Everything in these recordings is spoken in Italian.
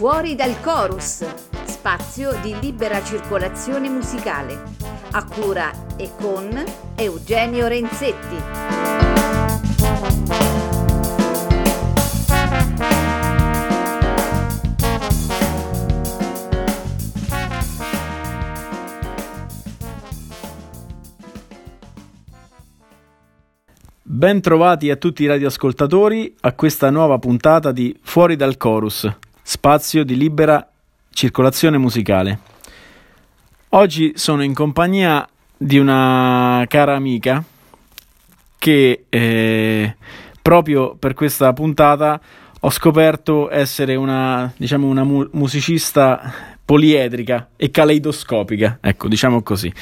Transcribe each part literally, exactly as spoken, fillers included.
Fuori dal chorus, spazio di libera circolazione musicale, a cura e con Eugenio Renzetti. Ben trovati a tutti i radioascoltatori a questa nuova puntata di Fuori dal chorus, spazio di libera circolazione musicale. Oggi sono in compagnia di una cara amica che eh, proprio per questa puntata ho scoperto essere una, diciamo, una mu- musicista poliedrica e caleidoscopica, ecco, diciamo così.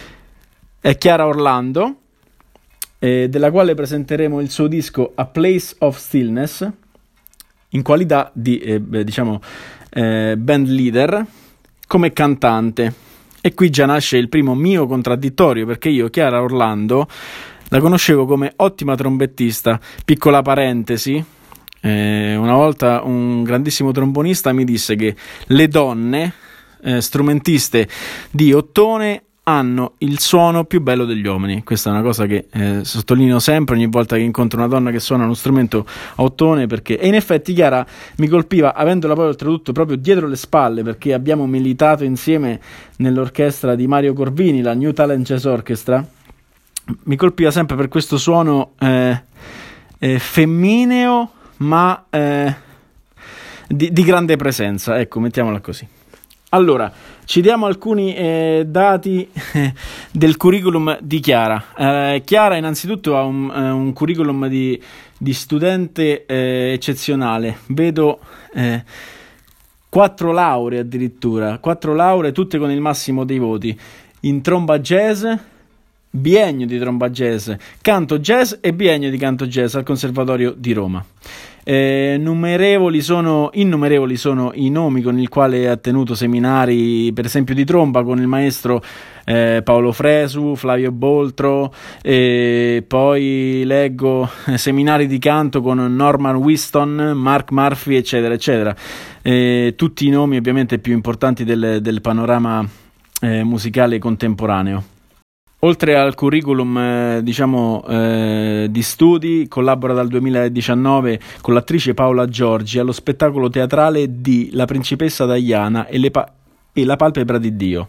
È Chiara Orlando, eh, della quale presenteremo il suo disco A Place of Stillness in qualità di eh, diciamo eh, band leader come cantante. E qui già nasce il primo mio contraddittorio, perché io Chiara Orlando la conoscevo come ottima trombettista. Piccola parentesi, eh, una volta un grandissimo trombonista mi disse che le donne eh, strumentiste di ottone hanno il suono più bello degli uomini. Questa è una cosa che eh, sottolineo sempre ogni volta che incontro una donna che suona uno strumento a ottone, perché e in effetti Chiara mi colpiva, avendola poi oltretutto proprio dietro le spalle, perché abbiamo militato insieme nell'orchestra di Mario Corvini, la New Talent Jazz Orchestra. Mi colpiva sempre per questo suono eh, eh, femmineo ma eh, di, di grande presenza, ecco, mettiamola così. Allora, ci diamo alcuni eh, dati eh, del curriculum di Chiara. Eh, Chiara innanzitutto ha un, eh, un curriculum di, di studente eh, eccezionale. Vedo eh, quattro lauree addirittura, quattro lauree tutte con il massimo dei voti. In tromba jazz, biennio di tromba jazz, canto jazz e biennio di canto jazz al Conservatorio di Roma. Eh, numerevoli sono, innumerevoli sono i nomi con il quale ha tenuto seminari, per esempio di tromba con il maestro eh, Paolo Fresu, Flavio Boltro, e poi leggo eh, seminari di canto con Norman Whiston, Mark Murphy, eccetera eccetera, eh, tutti i nomi ovviamente più importanti del, del panorama eh, musicale contemporaneo. Oltre al curriculum eh, diciamo eh, di studi, collabora dal duemiladiciannove con l'attrice Paola Giorgi allo spettacolo teatrale di La principessa Diana e, le pa- e la palpebra di Dio.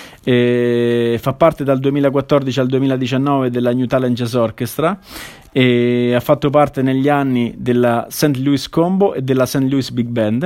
E fa parte dal duemilaquattordici al duemiladiciannove della New Talent Jazz Orchestra e ha fatto parte negli anni della Saint Louis Combo e della Saint Louis Big Band.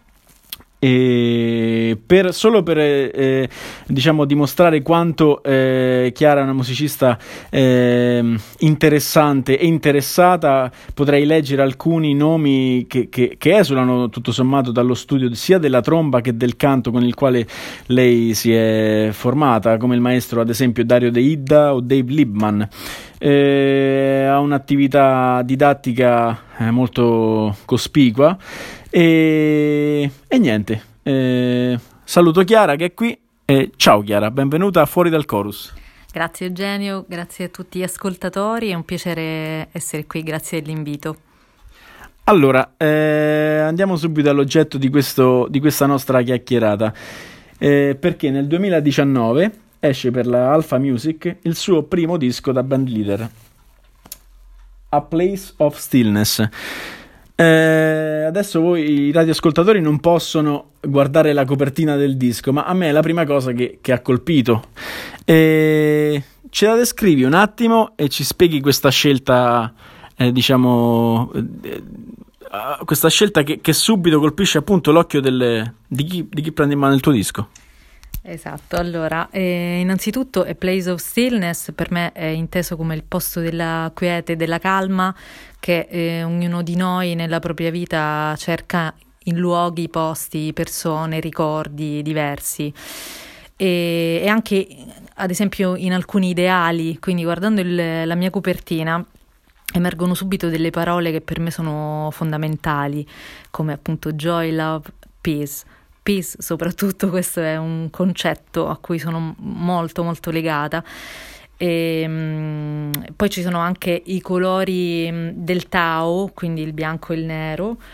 E per, solo per eh, diciamo dimostrare quanto eh, Chiara è una musicista eh, interessante e interessata, potrei leggere alcuni nomi che, che, che esulano tutto sommato dallo studio sia della tromba che del canto con il quale lei si è formata, come il maestro ad esempio Dario De Idda o Dave Liebman. Eh, ha un'attività didattica eh, molto cospicua. E, e niente, eh, saluto Chiara che è qui e ciao Chiara, benvenuta a Fuori dal chorus. Grazie Eugenio, grazie a tutti gli ascoltatori, è un piacere essere qui, grazie dell'invito. Allora, eh, andiamo subito all'oggetto di, questo, di questa nostra chiacchierata, eh, perché nel duemiladiciannove esce per la Alpha Music il suo primo disco da band leader, A Place of Stillness. Eh, adesso voi i radioascoltatori non possono guardare la copertina del disco, ma a me è la prima cosa che, che ha colpito. Eh, ce la descrivi un attimo e ci spieghi questa scelta, eh, diciamo, eh, questa scelta che, che subito colpisce appunto l'occhio delle, di, chi, di chi prende in mano il tuo disco. Esatto, allora, eh, innanzitutto A Place of Stillness per me è inteso come il posto della quiete e della calma che eh, ognuno di noi nella propria vita cerca in luoghi, posti, persone, ricordi diversi e, e anche ad esempio in alcuni ideali, quindi guardando il, la mia copertina emergono subito delle parole che per me sono fondamentali come appunto joy, love, peace. Peace, soprattutto, questo è un concetto a cui sono molto molto legata. E, mh, poi ci sono anche i colori mh, del Tao, quindi il bianco e il nero,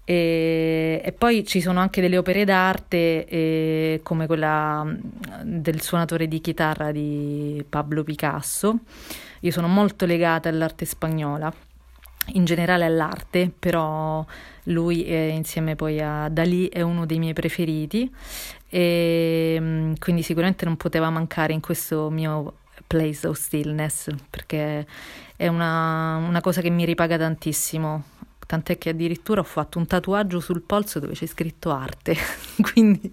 E, e poi ci sono anche delle opere d'arte eh, come quella del suonatore di chitarra di Pablo Picasso. Io sono molto legata all'arte spagnola, in generale all'arte, però lui eh, insieme poi a Dalì è uno dei miei preferiti, e quindi sicuramente non poteva mancare in questo mio Place of Stillness, perché è una, una cosa che mi ripaga tantissimo, tant'è che addirittura ho fatto un tatuaggio sul polso dove c'è scritto arte, quindi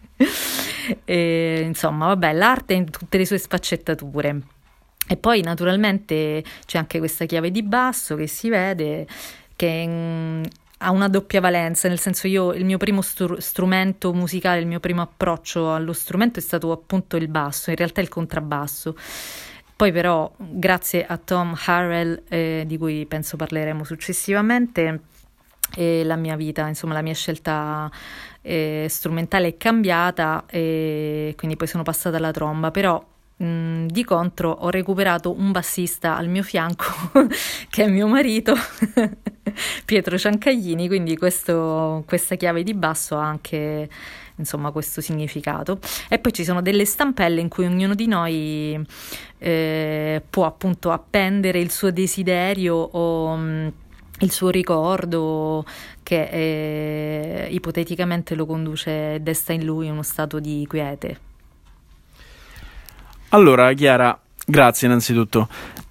e, insomma vabbè, l'arte in tutte le sue sfaccettature. E poi naturalmente c'è anche questa chiave di basso che si vede, che mh, ha una doppia valenza, nel senso, io il mio primo stru- strumento musicale, il mio primo approccio allo strumento è stato appunto il basso, in realtà il contrabbasso. Poi però grazie a Tom Harrell, eh, di cui penso parleremo successivamente, e la mia vita, insomma la mia scelta eh, strumentale è cambiata, e quindi poi sono passata alla tromba, però mh, di contro ho recuperato un bassista al mio fianco che è mio marito Pietro Ciancaglini, quindi questo, questa chiave di basso ha anche insomma questo significato. E poi ci sono delle stampelle in cui ognuno di noi eh, può appunto appendere il suo desiderio o mh, il suo ricordo che eh, ipoteticamente lo conduce, desta in lui uno stato di quiete. Allora Chiara, grazie innanzitutto.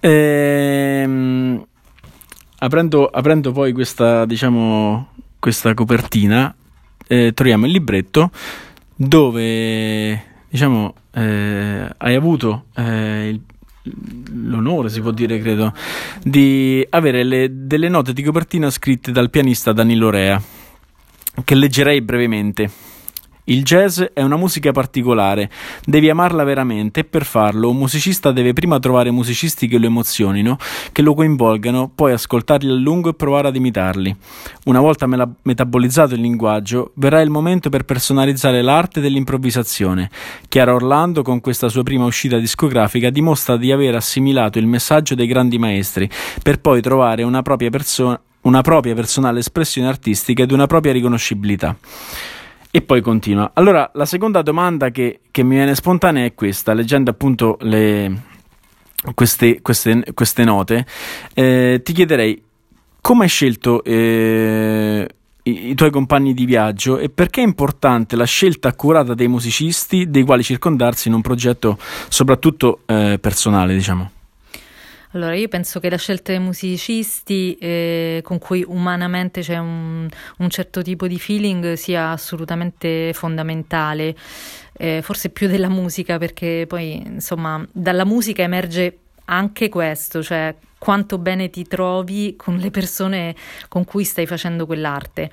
Ehm, aprendo, aprendo poi questa, diciamo, questa copertina, eh, troviamo il libretto dove, diciamo, eh, hai avuto eh, il, l'onore, si può dire, credo, di avere le, delle note di copertina scritte dal pianista Danilo Rea, che leggerei brevemente. Il jazz è una musica particolare, devi amarla veramente, e per farlo un musicista deve prima trovare musicisti che lo emozionino, che lo coinvolgano, poi ascoltarli a lungo e provare ad imitarli. Una volta mela- metabolizzato il linguaggio, verrà il momento per personalizzare l'arte dell'improvvisazione. Chiara Orlando, con questa sua prima uscita discografica, dimostra di aver assimilato il messaggio dei grandi maestri, per poi trovare una propria persona, una propria personale espressione artistica ed una propria riconoscibilità. E poi continua. Allora, la seconda domanda che, che mi viene spontanea è questa, leggendo appunto le, queste, queste, queste note, eh, ti chiederei come hai scelto eh, i, i tuoi compagni di viaggio e perché è importante la scelta accurata dei musicisti dei quali circondarsi in un progetto soprattutto eh, personale, diciamo. Allora, io penso che la scelta dei musicisti eh, con cui umanamente c'è un, un certo tipo di feeling sia assolutamente fondamentale, eh, forse più della musica, perché poi insomma dalla musica emerge anche questo, cioè quanto bene ti trovi con le persone con cui stai facendo quell'arte.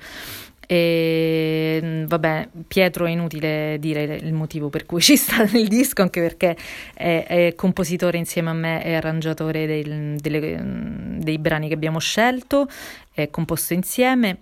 E vabbè, Pietro è inutile dire il motivo per cui ci sta nel disco, anche perché è, è compositore insieme a me e arrangiatore del, delle, dei brani che abbiamo scelto, è composto insieme.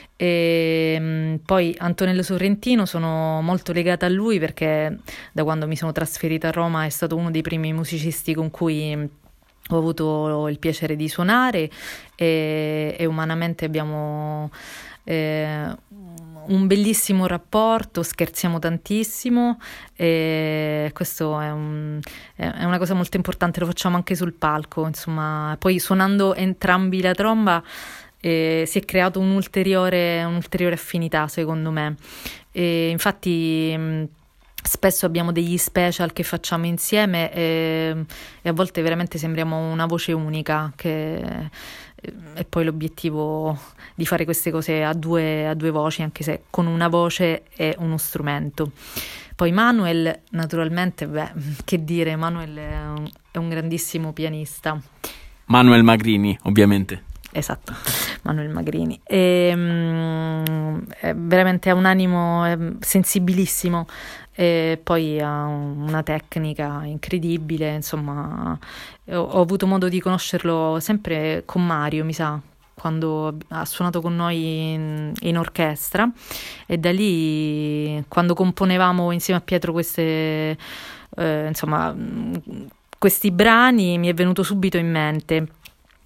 E poi Antonello Sorrentino, sono molto legata a lui perché da quando mi sono trasferita a Roma è stato uno dei primi musicisti con cui ho avuto il piacere di suonare, e, e umanamente abbiamo Eh, un bellissimo rapporto, scherziamo tantissimo, e questo è, un, è una cosa molto importante, lo facciamo anche sul palco, insomma. Poi suonando entrambi la tromba eh, si è creato un'ulteriore, un'ulteriore affinità, secondo me, e infatti mh, spesso abbiamo degli special che facciamo insieme e, e a volte veramente sembriamo una voce unica, che e poi l'obiettivo di fare queste cose a due, a due voci, anche se con una voce e uno strumento. Poi Manuel, naturalmente, beh, che dire, Manuel è un, è un grandissimo pianista. Manuel Magrini, ovviamente. Esatto, Manuel Magrini. E, um, è veramente ha un animo sensibilissimo, e poi ha una tecnica incredibile, insomma. Ho, ho avuto modo di conoscerlo sempre con Mario, mi sa, quando ha suonato con noi in, in orchestra, e da lì, quando componevamo insieme a Pietro queste eh, insomma questi brani, mi è venuto subito in mente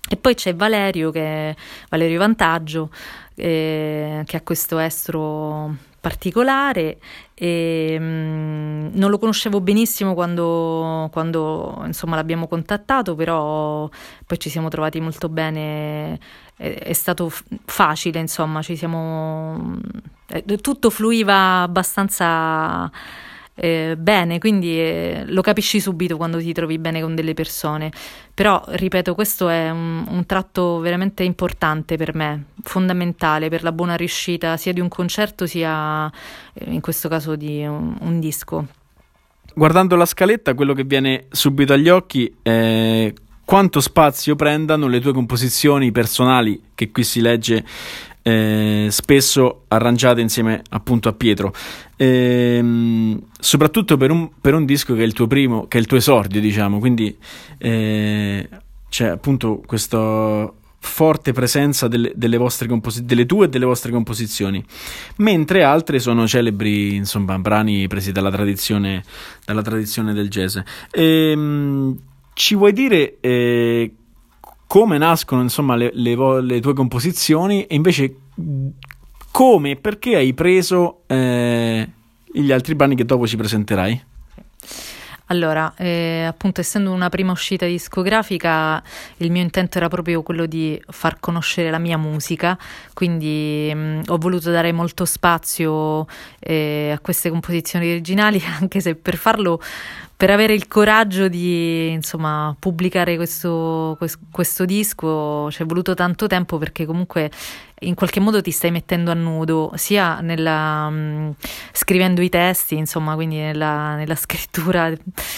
E poi c'è Valerio, che Valerio Vantaggio, eh, che ha questo estro particolare, e mh, non lo conoscevo benissimo quando, quando insomma l'abbiamo contattato, però poi ci siamo trovati molto bene, è, è stato f- facile, insomma, ci siamo, eh, tutto fluiva abbastanza eh, bene, quindi eh, lo capisci subito quando ti trovi bene con delle persone. Però, ripeto, questo è un, un tratto veramente importante per me, fondamentale per la buona riuscita sia di un concerto sia eh, in questo caso di un, un disco. Guardando la scaletta, quello che viene subito agli occhi è quanto spazio prendano le tue composizioni personali, che qui si legge eh, spesso arrangiate insieme appunto a Pietro, ehm, soprattutto per un, per un disco che è il tuo primo, che è il tuo esordio, diciamo, quindi eh, c'è appunto questa forte presenza delle, delle vostre composi- delle tue e delle vostre composizioni, mentre altre sono celebri, insomma, brani presi dalla tradizione dalla tradizione del jazz. Ehm, ci vuoi dire eh, come nascono, insomma, le, le, vo- le tue composizioni, e invece come e perché hai preso eh, gli altri brani che dopo ci presenterai? Allora, eh, appunto, essendo una prima uscita discografica, il mio intento era proprio quello di far conoscere la mia musica, quindi mh, ho voluto dare molto spazio eh, a queste composizioni originali, anche se per farlo, per avere il coraggio di, insomma, pubblicare questo, questo, questo disco ci è voluto tanto tempo, perché comunque in qualche modo ti stai mettendo a nudo, sia nella mh, scrivendo i testi, insomma, quindi nella, nella scrittura,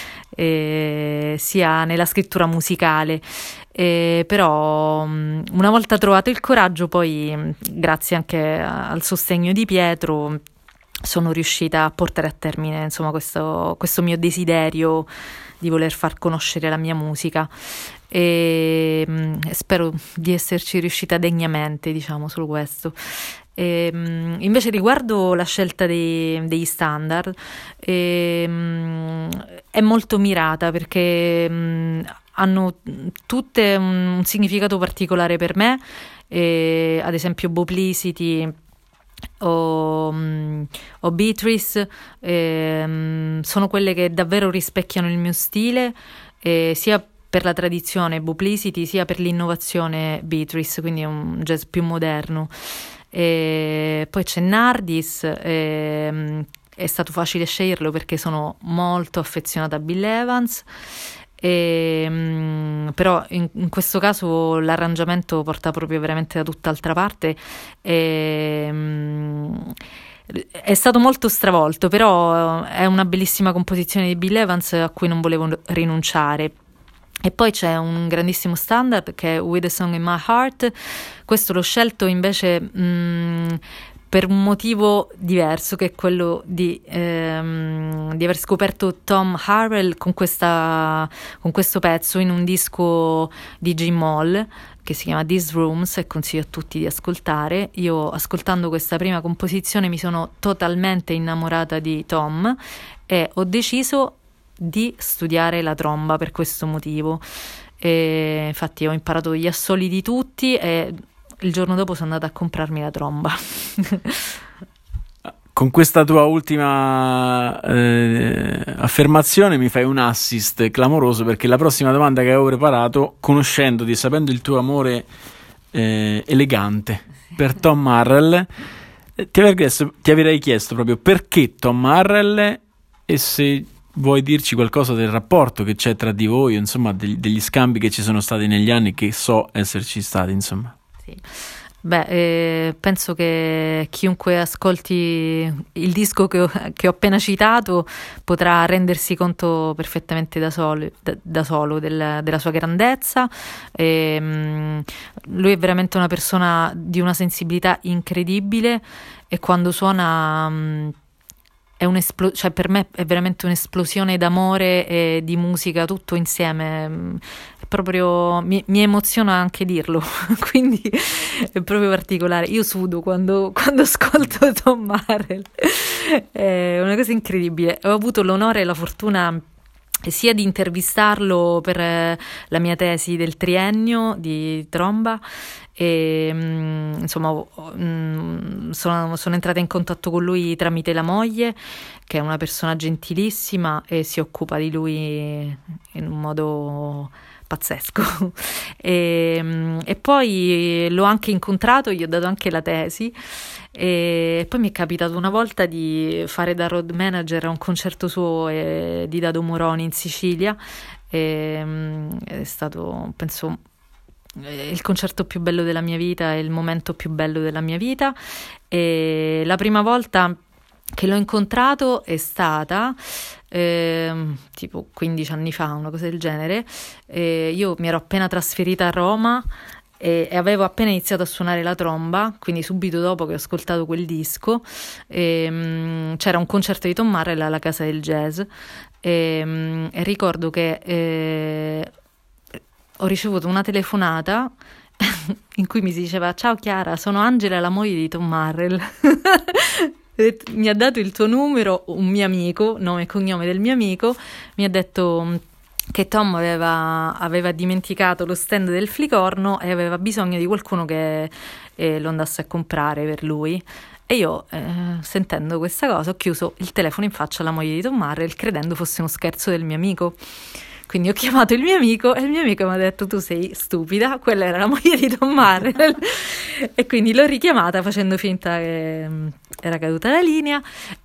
eh, sia nella scrittura musicale. Eh, però mh, una volta trovato il coraggio, poi mh, grazie anche al sostegno di Pietro, sono riuscita a portare a termine, insomma, questo, questo mio desiderio di voler far conoscere la mia musica, e mh, spero di esserci riuscita degnamente, diciamo, solo questo. E, mh, invece riguardo la scelta dei, degli standard, e, mh, è molto mirata, perché mh, hanno tutte un, un significato particolare per me, e, ad esempio Boplicity o, um, o Beatrice ehm, sono quelle che davvero rispecchiano il mio stile, eh, sia per la tradizione Boplicity sia per l'innovazione Beatrice, quindi è un jazz più moderno. E poi c'è Nardis, ehm, è stato facile sceglierlo perché sono molto affezionata a Bill Evans. E, mh, però in, in questo caso l'arrangiamento porta proprio veramente da tutt'altra parte, e, mh, è stato molto stravolto, però è una bellissima composizione di Bill Evans a cui non volevo rinunciare. E poi c'è un grandissimo standard che è With a Song in My Heart. Questo l'ho scelto invece mh, per un motivo diverso, che è quello di, ehm, di aver scoperto Tom Harrell con, questa, con questo pezzo in un disco di Jim Hall che si chiama These Rooms, e consiglio a tutti di ascoltare. Io, ascoltando questa prima composizione, mi sono totalmente innamorata di Tom e ho deciso di studiare la tromba per questo motivo. E infatti ho imparato gli assoli di tutti e il giorno dopo sono andata a comprarmi la tromba. Con questa tua ultima eh, affermazione mi fai un assist clamoroso, perché la prossima domanda che avevo preparato, conoscendoti e sapendo il tuo amore eh, elegante per Tom Harrell, ti avrei chiesto, ti avrei chiesto proprio perché Tom Harrell, e se vuoi dirci qualcosa del rapporto che c'è tra di voi, insomma, degli, degli scambi che ci sono stati negli anni, che so esserci stati, insomma. Sì. Beh, eh, penso che chiunque ascolti il disco che ho, che ho appena citato potrà rendersi conto perfettamente da solo, da, da solo del, della sua grandezza. E, mh, lui è veramente una persona di una sensibilità incredibile, e quando suona mh, è un'esplo- cioè per me è veramente un'esplosione d'amore e di musica tutto insieme. È proprio, mi, mi emoziona anche dirlo, quindi è proprio particolare. Io sudo quando, quando ascolto Tom Harrell, è una cosa incredibile. Ho avuto l'onore e la fortuna sia di intervistarlo per eh, la mia tesi del triennio di tromba e mh, insomma mh, sono, sono entrata in contatto con lui tramite la moglie, che è una persona gentilissima e si occupa di lui in un modo pazzesco e, e poi l'ho anche incontrato, gli ho dato anche la tesi e poi mi è capitato una volta di fare da road manager a un concerto suo e, di Dado Moroni in Sicilia e, è stato, penso, il concerto più bello della mia vita e il momento più bello della mia vita. E la prima volta che l'ho incontrato è stata eh, tipo quindici anni fa, una cosa del genere. E io mi ero appena trasferita a Roma e, e avevo appena iniziato a suonare la tromba, quindi subito dopo che ho ascoltato quel disco e, mh, c'era un concerto di Tom Marrell alla Casa del Jazz e, mh, e ricordo che eh, ho ricevuto una telefonata in cui mi si diceva: ciao Chiara, sono Angela, la moglie di Tom Marrell. Mi ha dato il tuo numero un mio amico, nome e cognome del mio amico, mi ha detto che Tom aveva, aveva dimenticato lo stand del Flicorno e aveva bisogno di qualcuno che eh, lo andasse a comprare per lui. E io, eh, sentendo questa cosa, ho chiuso il telefono in faccia alla moglie di Tom Marrell, credendo fosse uno scherzo del mio amico. Quindi ho chiamato il mio amico e il mio amico mi ha detto: tu sei stupida, quella era la moglie di Tom Marrell. E quindi l'ho richiamata facendo finta che era caduta la linea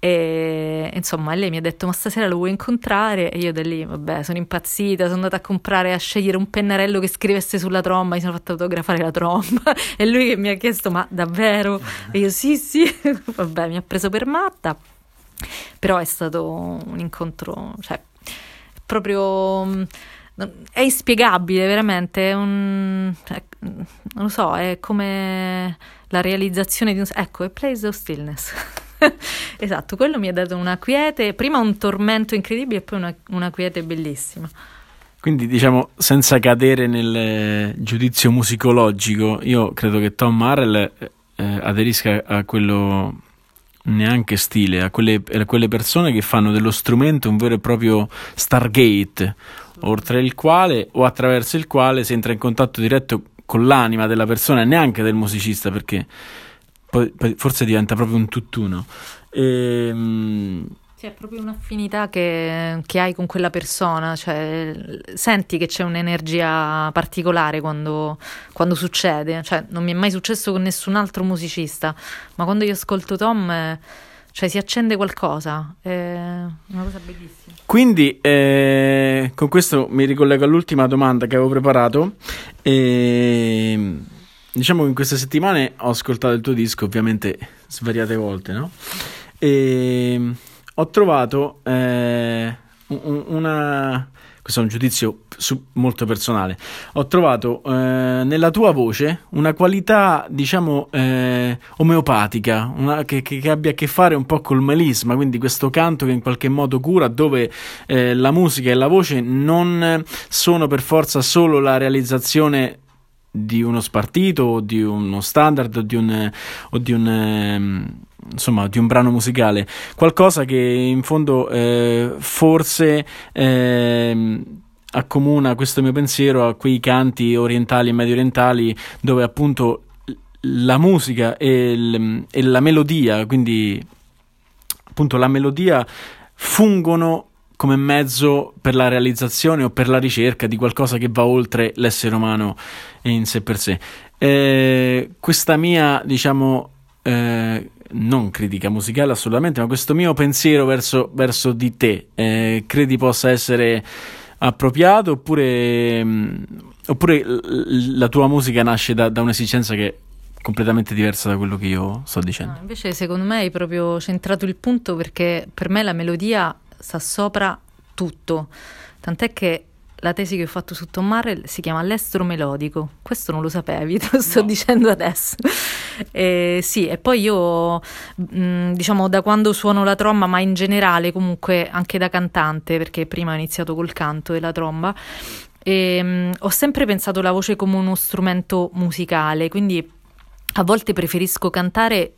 e insomma lei mi ha detto: ma stasera lo vuoi incontrare? E io da lì, vabbè, sono impazzita, sono andata a comprare, a scegliere un pennarello che scrivesse sulla tromba, mi sono fatta autografare la tromba e lui che mi ha chiesto: ma davvero? E io sì sì, vabbè, mi ha preso per matta, però è stato un incontro, cioè proprio è inspiegabile, veramente, è un, è, non lo so, è come la realizzazione di un, ecco, è Place of Stillness. Esatto, quello mi ha dato una quiete, prima un tormento incredibile e poi una, una quiete bellissima. Quindi, diciamo, senza cadere nel giudizio musicologico, io credo che Tom Marrell eh, aderisca a quello neanche stile, a quelle, a quelle persone che fanno dello strumento un vero e proprio Stargate, oltre il quale o attraverso il quale si entra in contatto diretto con l'anima della persona e neanche del musicista, perché poi, poi forse diventa proprio un tutt'uno. E, mh, C'è proprio un'affinità che, che hai con quella persona, cioè senti che c'è un'energia particolare quando, quando succede, cioè non mi è mai successo con nessun altro musicista, ma quando io ascolto Tom, eh, cioè si accende qualcosa, è una cosa bellissima. Quindi eh, con questo mi ricollego all'ultima domanda che avevo preparato e diciamo che in queste settimane ho ascoltato il tuo disco ovviamente svariate volte, no? E ho trovato eh, una, questo è un giudizio su, molto personale, ho trovato eh, nella tua voce una qualità, diciamo, eh, omeopatica, una, che, che, che abbia a che fare un po' col melisma, quindi questo canto che in qualche modo cura, dove eh, la musica e la voce non sono per forza solo la realizzazione di uno spartito o di uno standard o di un, o di un eh, insomma di un brano musicale, qualcosa che in fondo eh, forse eh, accomuna questo mio pensiero a quei canti orientali e medio orientali dove appunto la musica e, il, e la melodia, quindi appunto la melodia fungono come mezzo per la realizzazione o per la ricerca di qualcosa che va oltre l'essere umano in sé per sé. Eh, questa mia, diciamo, eh, non critica musicale assolutamente, ma questo mio pensiero verso, verso di te, eh, credi possa essere appropriato oppure, mh, oppure l- la tua musica nasce da, da un'esigenza che è completamente diversa da quello che io sto dicendo? No, invece secondo me hai proprio centrato il punto, perché per me la melodia sta sopra tutto, tant'è che la tesi che ho fatto su Tom Marrell si chiama All'estero melodico. Questo non lo sapevi, te lo sto no. dicendo adesso. E sì, e poi io mh, diciamo da quando suono la tromba, ma in generale comunque anche da cantante, perché prima ho iniziato col canto e la tromba, e, mh, ho sempre pensato la voce come uno strumento musicale, quindi a volte preferisco cantare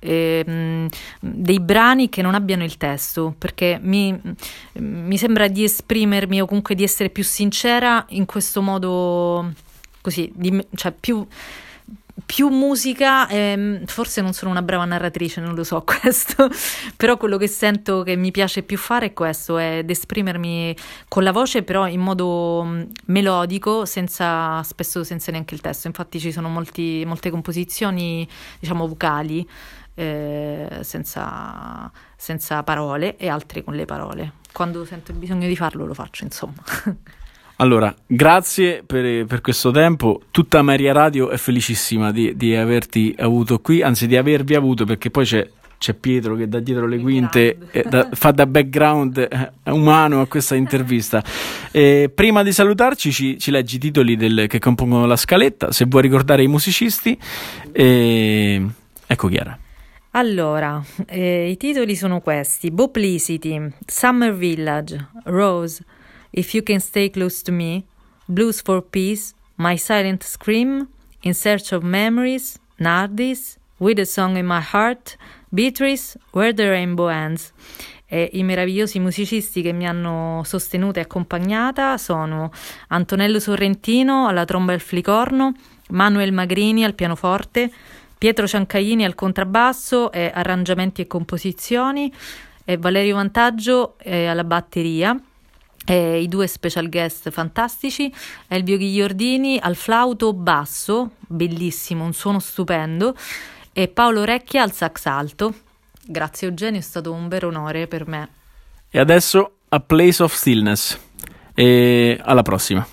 eh, mh, dei brani che non abbiano il testo, perché mi, mi sembra di esprimermi o comunque di essere più sincera in questo modo così, di, cioè più... più musica, ehm, forse non sono una brava narratrice, non lo so questo, però quello che sento che mi piace più fare è questo, è ed esprimermi con la voce, però in modo mh, melodico, senza spesso senza neanche il testo. Infatti ci sono molti, molte composizioni, diciamo, vocali, eh, senza, senza parole, e altre con le parole. Quando sento il bisogno di farlo lo faccio, insomma. Allora, grazie per, per questo tempo. Tutta Maria Radio è felicissima di, di averti avuto qui, anzi di avervi avuto, perché poi c'è, c'è Pietro che da dietro le quinte eh, da, fa da background eh, umano a questa intervista. Eh, prima di salutarci ci, ci leggi i titoli del, che compongono la scaletta, se vuoi ricordare i musicisti. Eh, ecco Chiara. Allora, eh, i titoli sono questi: Boplicity, Summer Village, Rose, If You Can Stay Close to Me, Blues for Peace, My Silent Scream, In Search of Memories, Nardis, With a Song in My Heart, Beatrice, Where the Rainbow Ends. E i meravigliosi musicisti che mi hanno sostenuta e accompagnata sono Antonello Sorrentino alla tromba e al flicorno, Manuel Magrini al pianoforte, Pietro Ciancaglini al contrabbasso e arrangiamenti e composizioni, e Valerio Vantaggio eh, alla batteria. E i due special guest fantastici, Elvio Ghigliordini al flauto basso, bellissimo, un suono stupendo, e Paolo Recchia al sax alto. Grazie Eugenio, è stato un vero onore per me. E adesso A Place of Stillness, e alla prossima.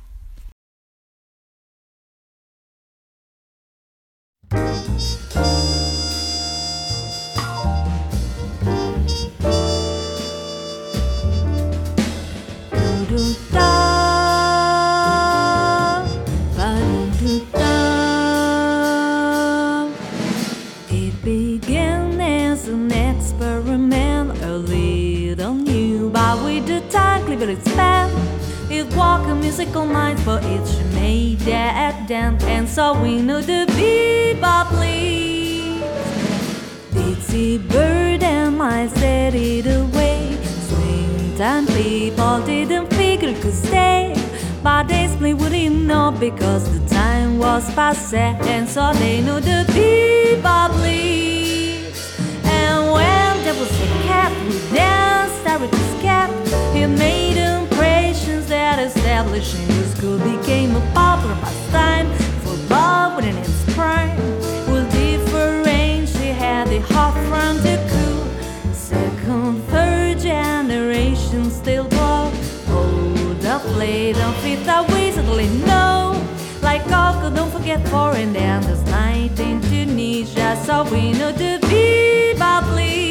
It began as an experiment, a little new, but with the time clever expand. It walked a musical mind, but it she made that dent, and so we know the bebop leaves. Dixie bird and I set it away. Swing people didn't figure it could stay, but they simply wouldn't know because the time was passé, and so they knew the bebop leaves. And when there was a cat who danced out with his cat, he made impressions that establishing the school became a popular pastime for Bob within its prime. Will differentiate the hot from the cool. Second, third generation still glow. Hold up, play, don't fit that wizardly, no. Like Coco, don't forget foreign dance night in Tunisia, so we know the bebop leaves.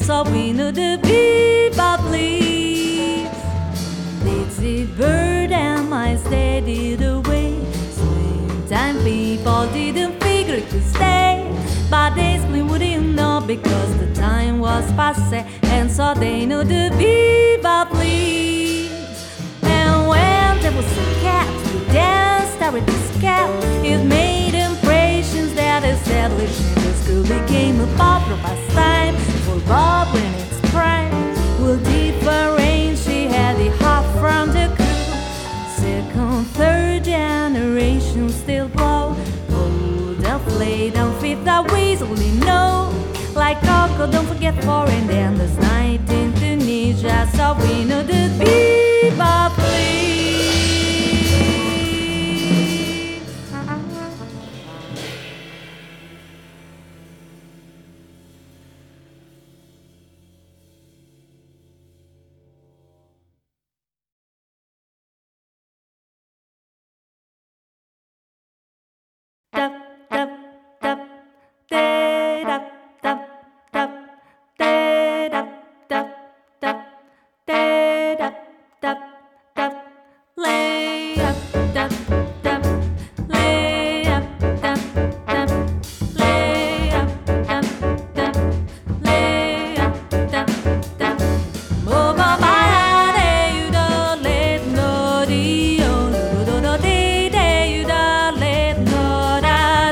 so we know the bebop leaves. Dizzy bird and my steadied away. Springtime people didn't figure it could stay, but they split wouldn't know because the time was passé, and so they know the bebop leaves. And when there was a cat who danced out with his cat, it made impressions that established in the school became a popular pastime for Bob in its prime. Will differentiate the hop from the cool. Second, third generation still blow. Oh, the play, don't fit that we easily know. Like Coco, don't forget foreign, and there's night in Tunisia, so we know the bebop leaves. Dup, dup, dup, day, dup, dup, dup, day, dup, dup, dup, day, dup, dup, dup, lay, dup, dup, dup, lay, dup, dup, dup, lay, dup, dup, dup, lay, dup, dup, dup. Mo ba ba de you do let no di oh do do do di de you do let no da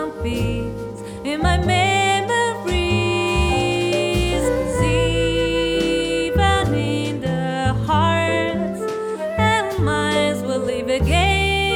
some peace in my memories. 'Cause even in the hearts and minds will live again.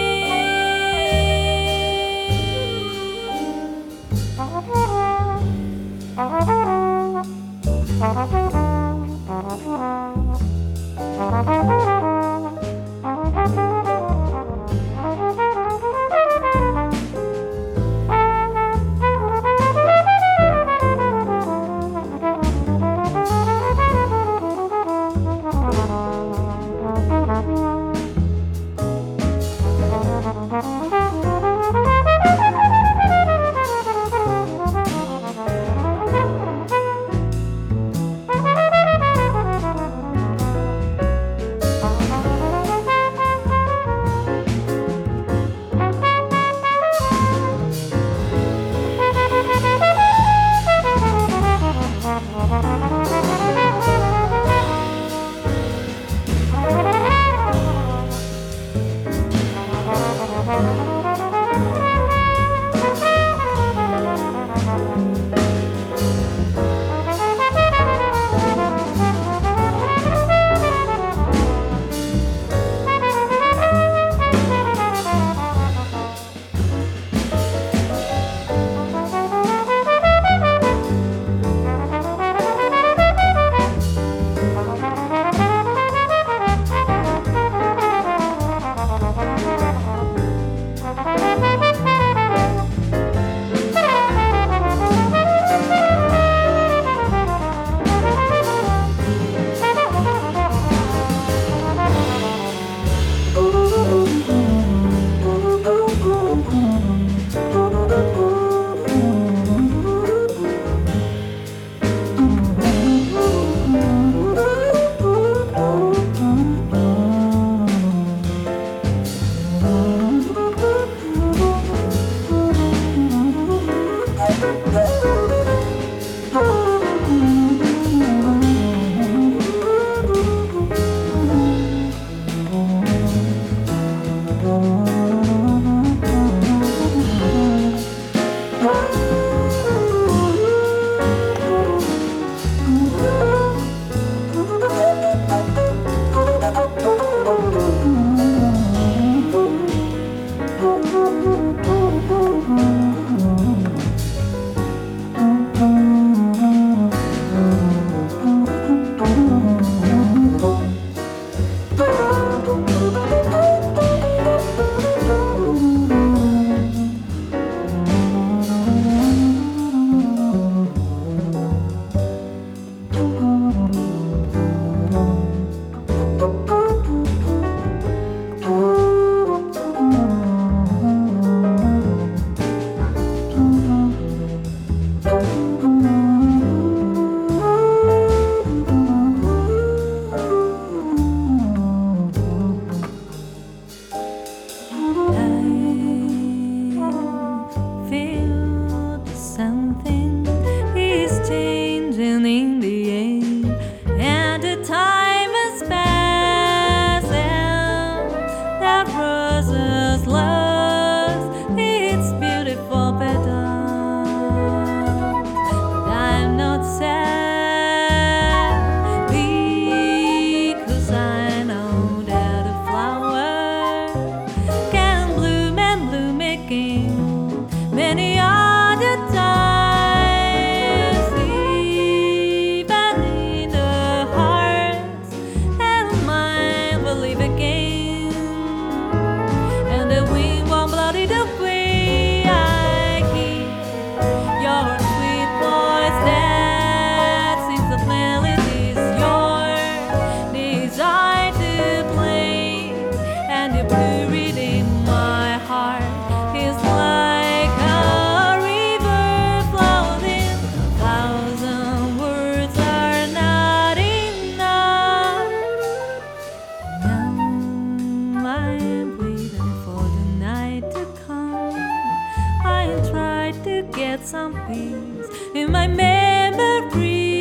Some peace in my memories,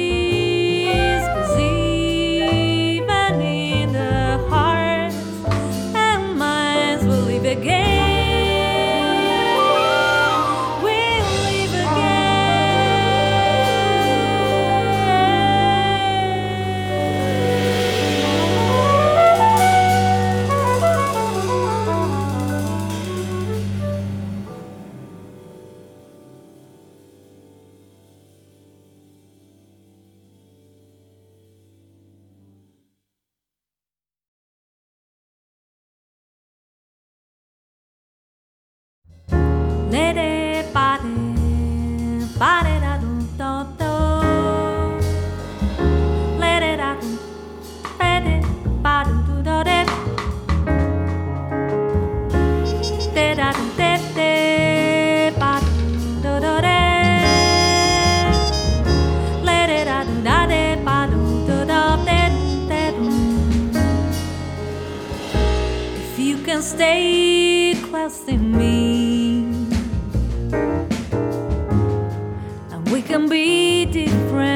'cause even in the hearts and minds will live again. We Lady body, body da dum do do. Lady da dum, lady body do do de. De da dum de de, body do do de. Lady da dum da de, body do do de de dum. If you can stay close to me, we can be different.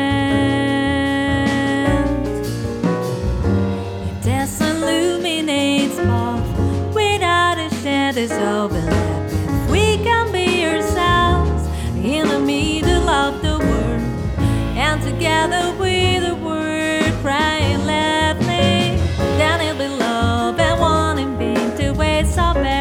It does illuminates both without a shadow of overlapping. We can be ourselves in the middle of the world, and together with the word crying, let me. Then it'll be love and wanting being to wait so bad.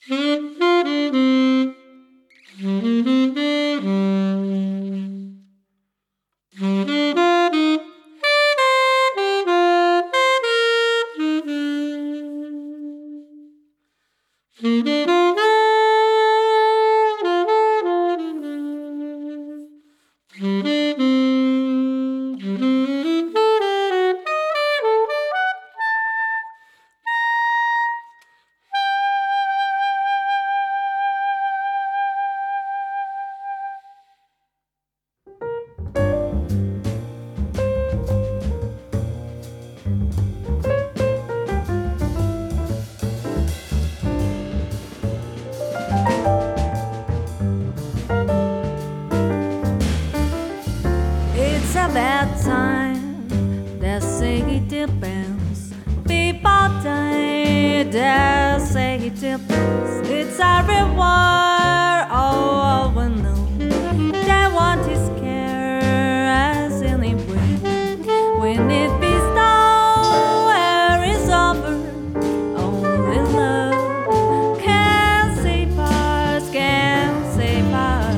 That time they say it depends. People die, they say it depends. It's everywhere, oh, we know. They want to scare us anyway. When it be where it's over, only love can save us, can save us.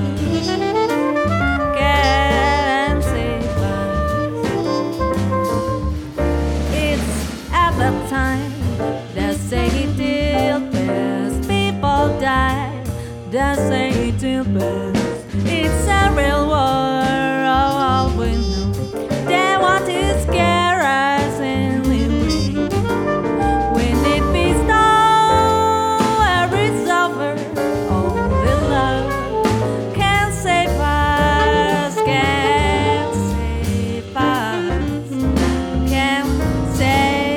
Time they say it till best. People die, they say it till best. It's a real war, oh, we know. They want to scare us anyway. When it be where it's over, only love can save us, can save us, can save.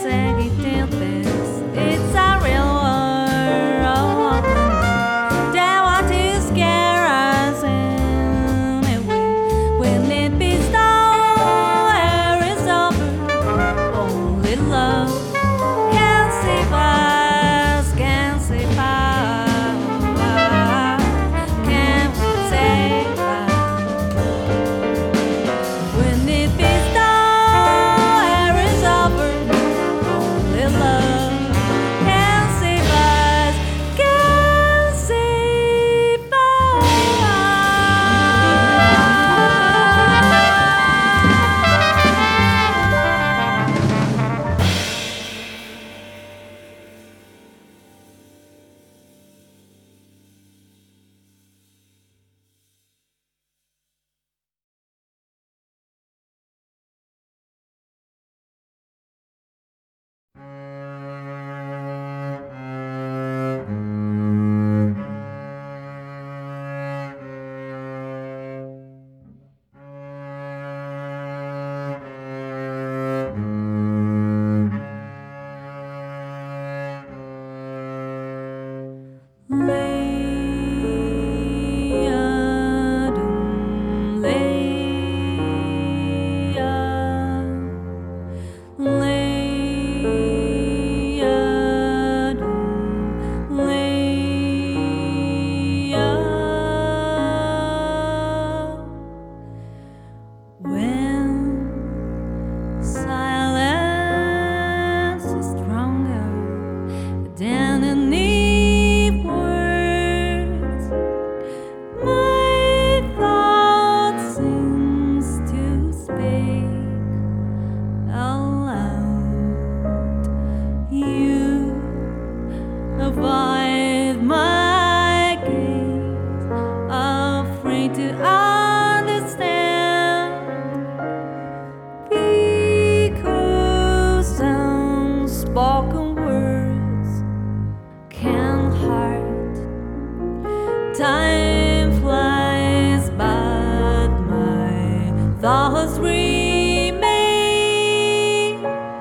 second tempest. It's a real world. They want to scare us anyway. When it be storm, air is over. Only love can save us, can save us, can save us. When it be storm, air is over. Only love can save us, can save us. Leia-dum, Leia, Leia-dum, Leia. When silence is stronger than any words, my thought seems to speak aloud. You avoid my gaze, afraid to understand, because unspoken words can hurt. Time flies, but my thoughts remain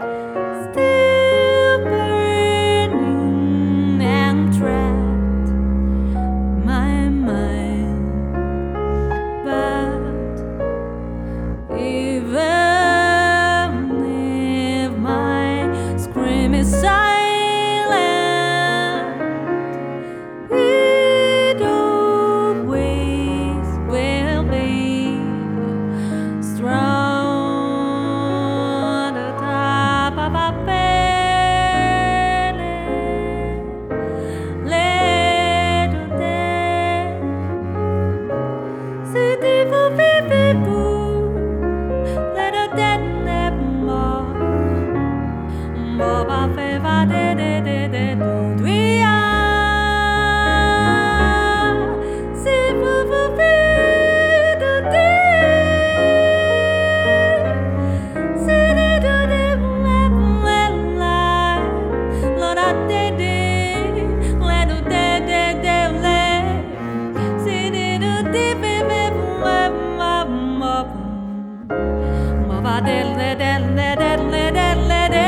still burning and trapped my mind. But even if my scream is silent, it always will be strong. The top of a belly, little day. City for people, little dead never. Boba feva de de de de do duia. Si fu fu fi do de. Si de do de me me la. Lo da de de. Le do de de de le. Si de do de me me me ma ma. Ma va del de del de del de del de de.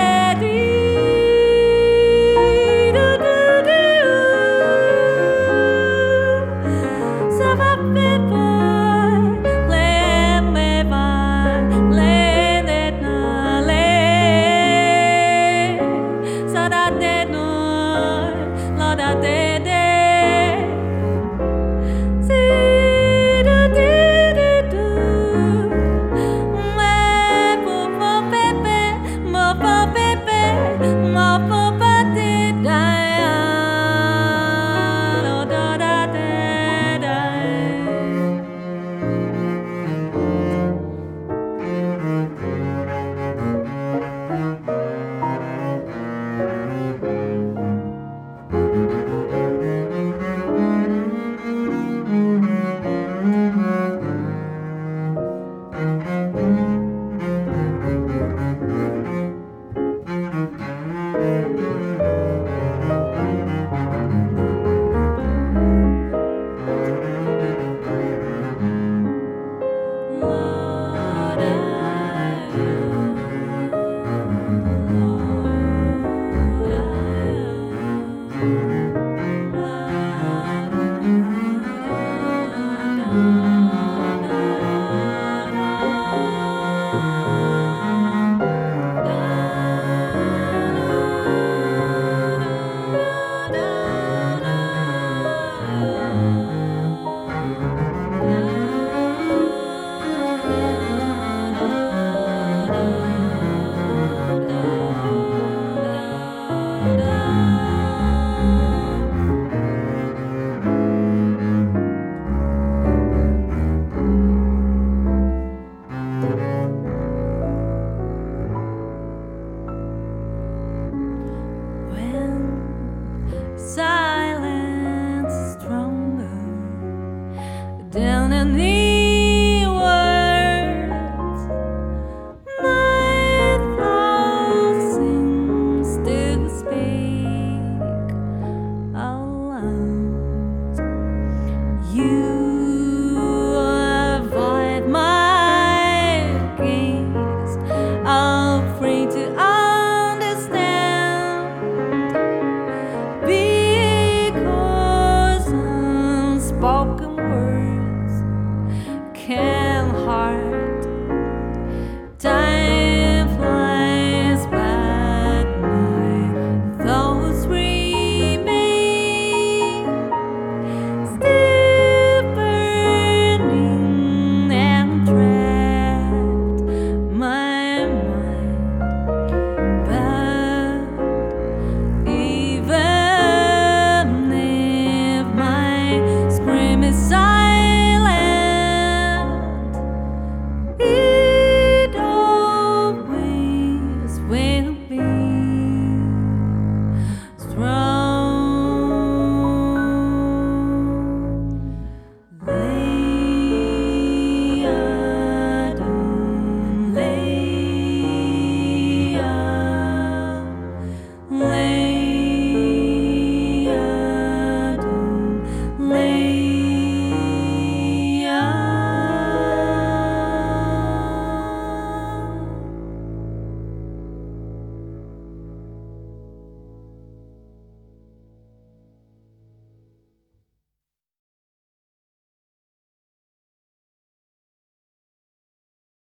Pepe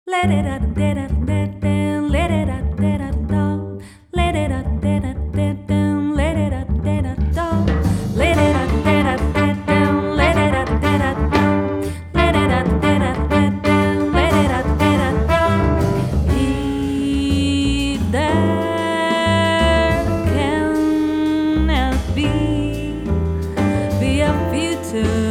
Let it out, let it out, let it out, let it out, let it out, let it out, let it out, let it out, let it out, let it out, let it out, let it out, let it out, let it out, let it out, let it out. If there cannot be be a future.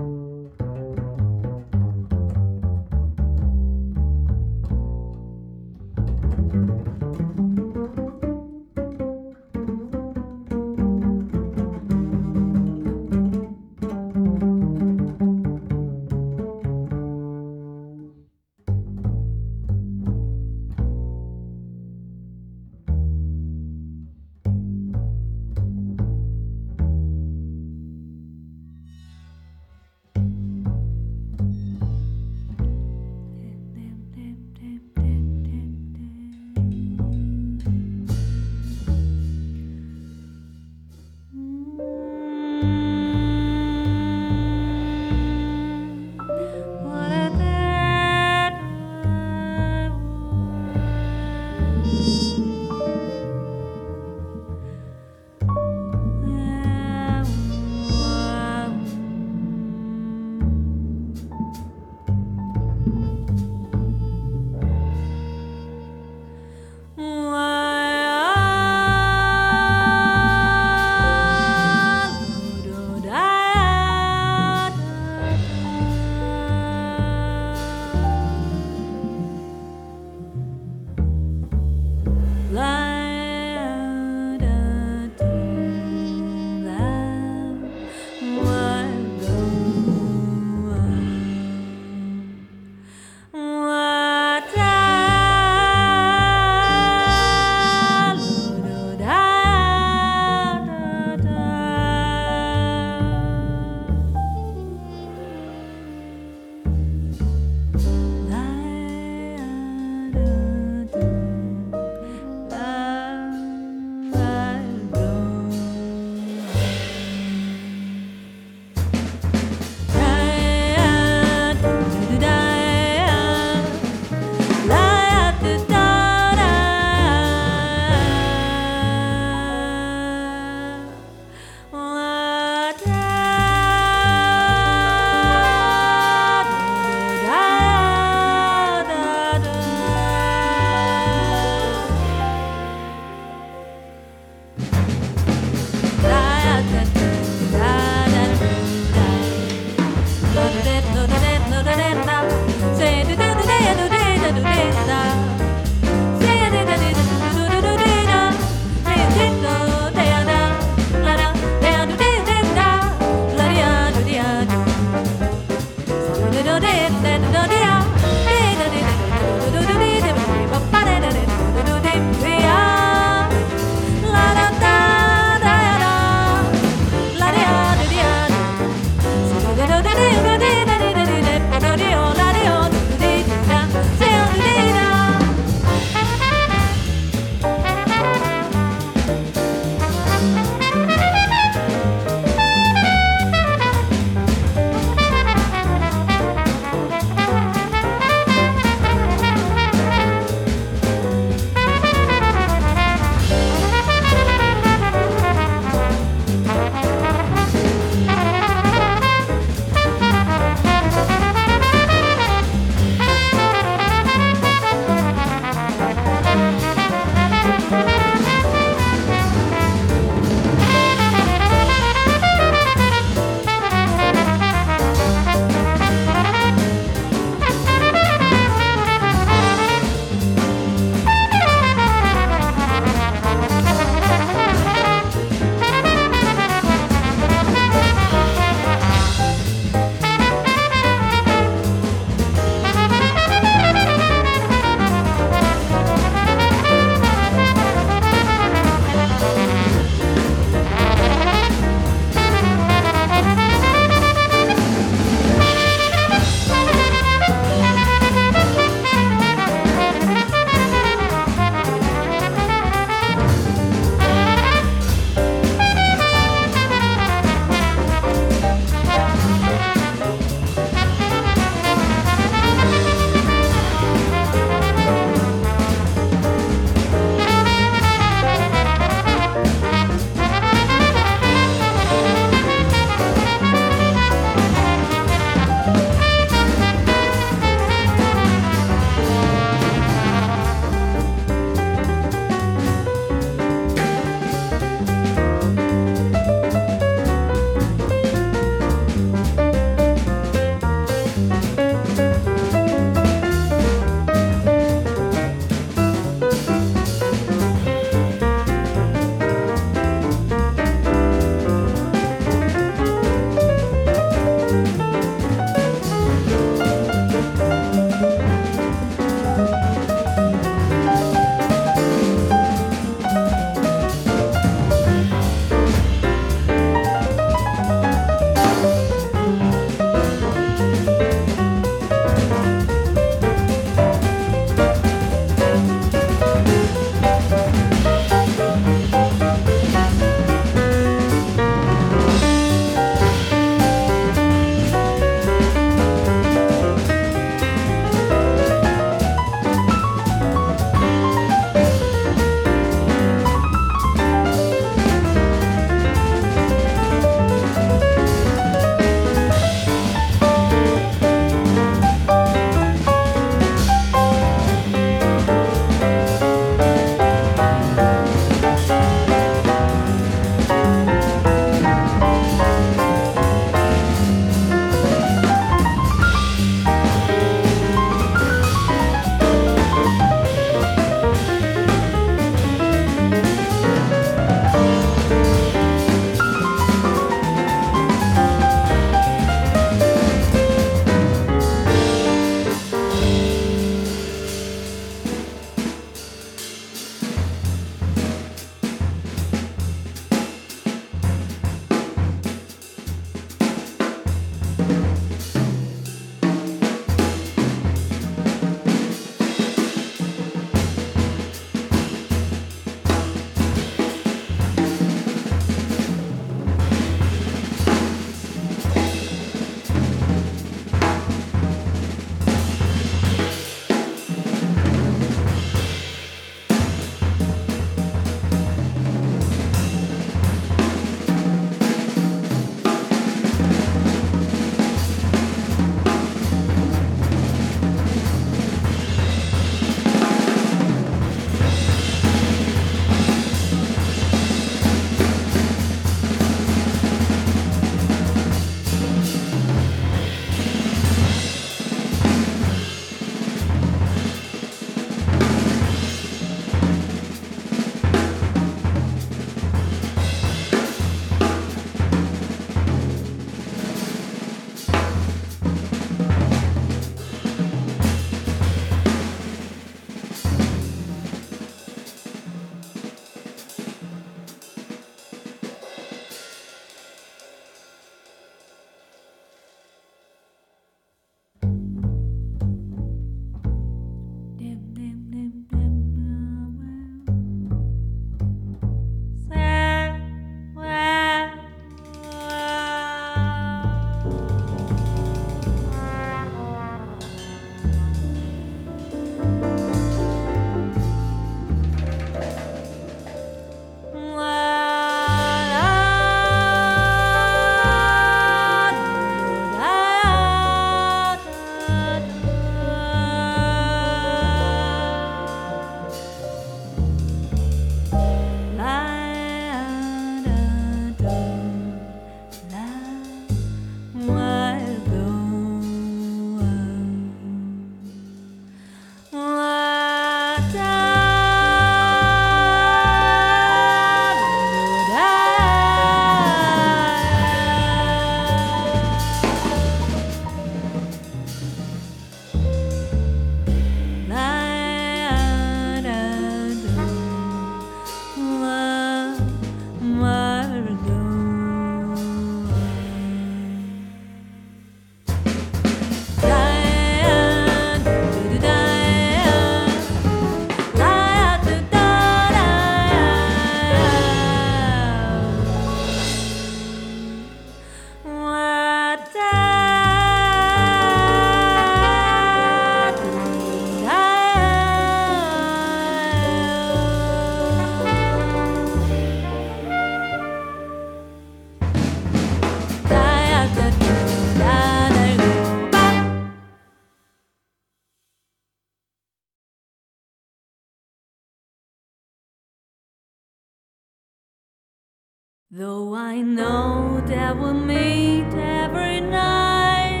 Though I know that we meet every night,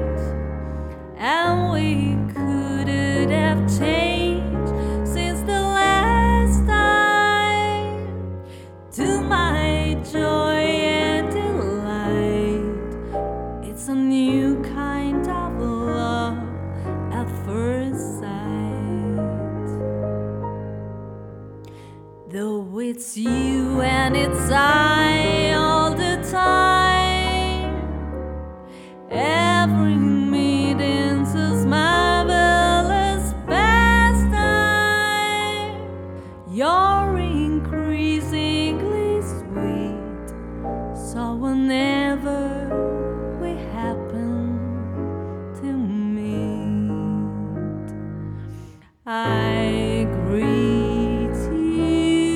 and we couldn't have changed since the last time. To my joy and delight, it's a new kind of love at first sight. Though it's you and it's I all the time, every meeting's a marvelous pastime. You're increasingly sweet, so whenever we happen to meet, I greet you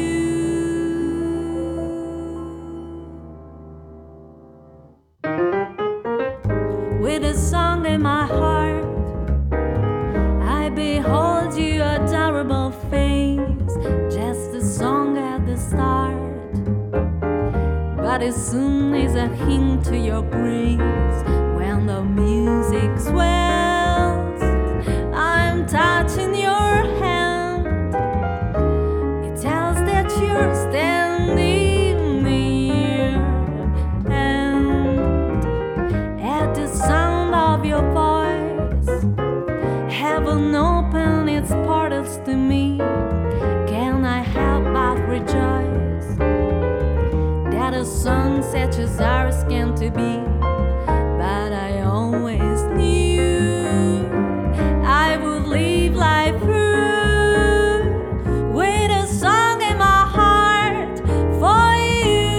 with a song in my heart. I behold your adorable face, just a song at the start, but as soon as a hint to your grace, when the music swells, I'm touching your hand. It tells that you're standing near, and at the sound of your voice, heaven open its portals to me. Can I help but rejoice that a song such as ours came to be? But I always knew I would live life through with a song in my heart for you.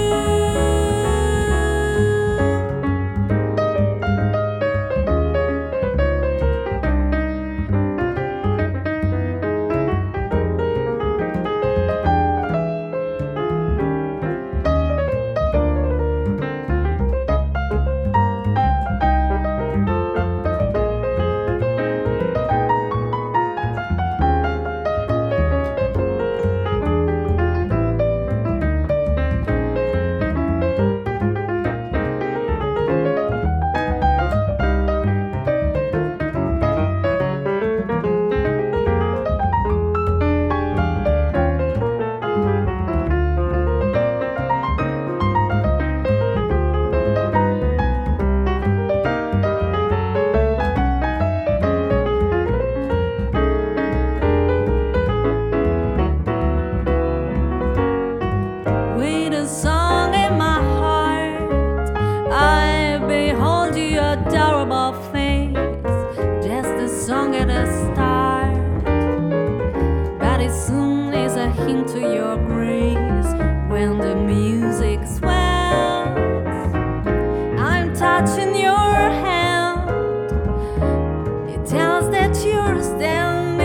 With a song in my heart, I behold your adorable face, just a song at the start, but as soon as a hint to your grace, when the music swells, I'm touching your hand. It tells that you're standing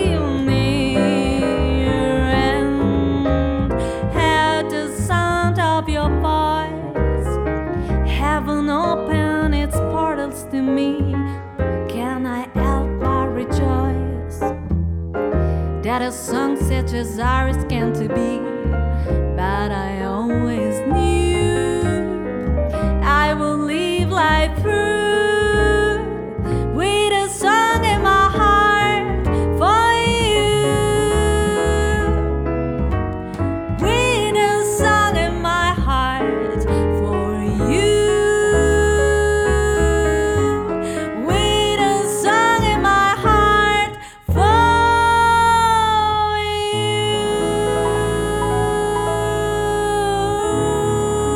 near, and at the sound of your voice, heaven open its portals to me. Can I help but rejoice that a song such as ours came to be? But I always knew I will live life through with a song in my heart for you. With a song in my heart for you. With a song in my heart for you.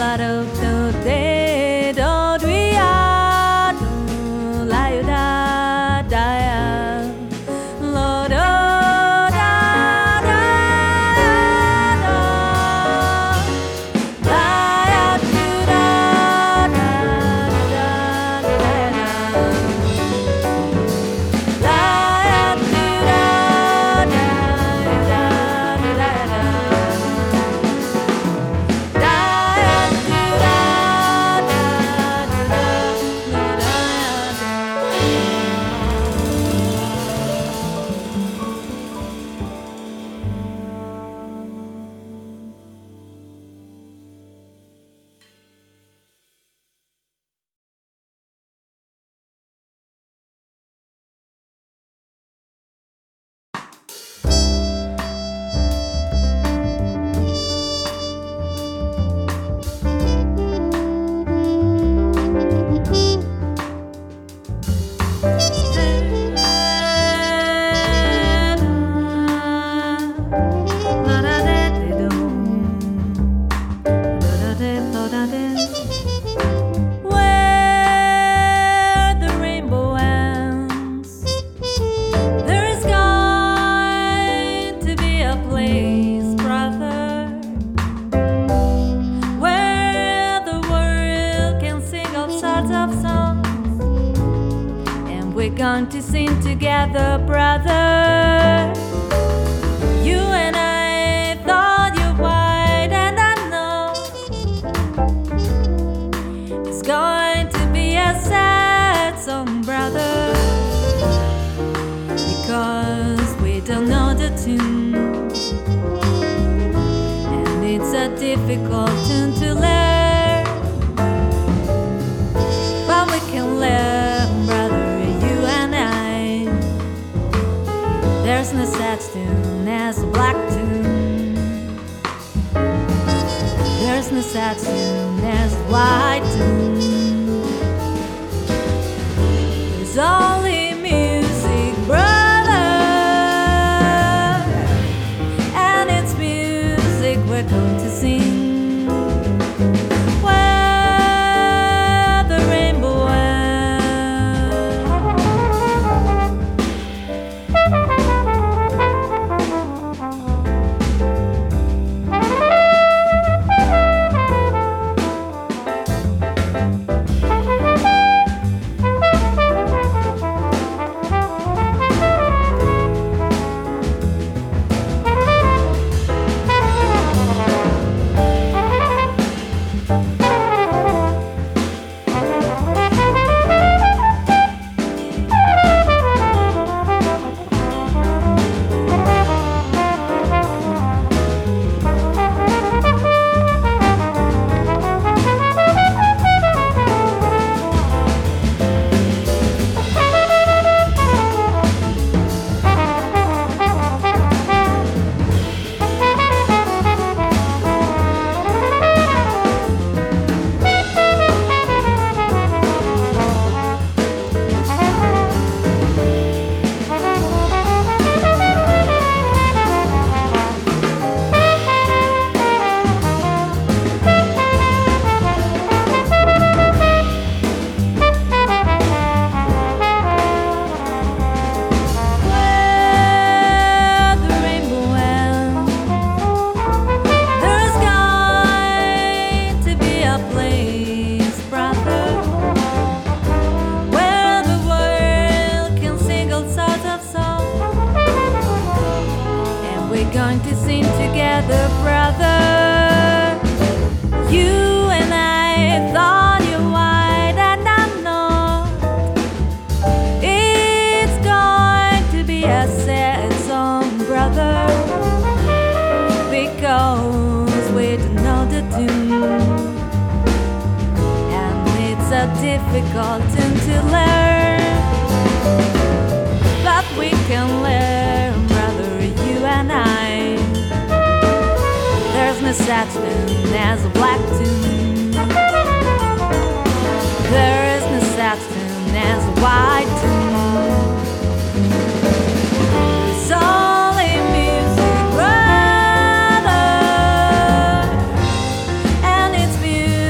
going to sing together, brother. You and I thought you white, and I know it's going to be a sad song, brother, because we don't know the tune, and it's a difficult tune to learn, but we can learn, brother. There's no such tune as a black tune. There's no such tune as a white tune. There's only music, brother, and it's music we're going to sing. Where the rainbow difficult tune to learn, but we can learn, brother, you and I. There's no such tune as a black tune. There is no such tune as a white tune. It's only music, brother, and it's music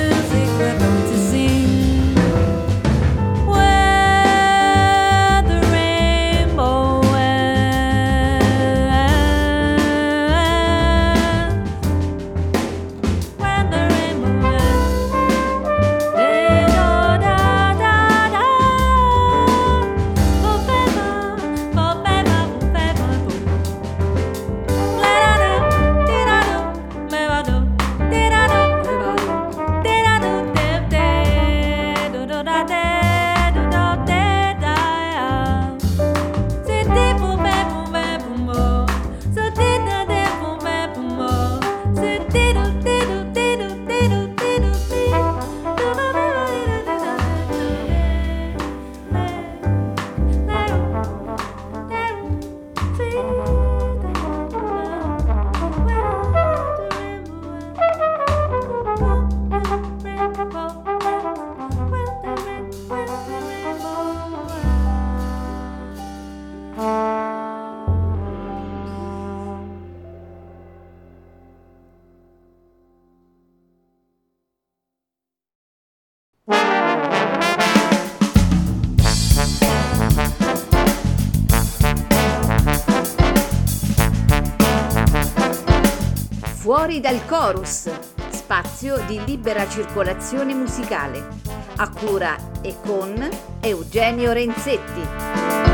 Fuori dal chorus, spazio di libera circolazione musicale, a cura e con Eugenio Renzetti.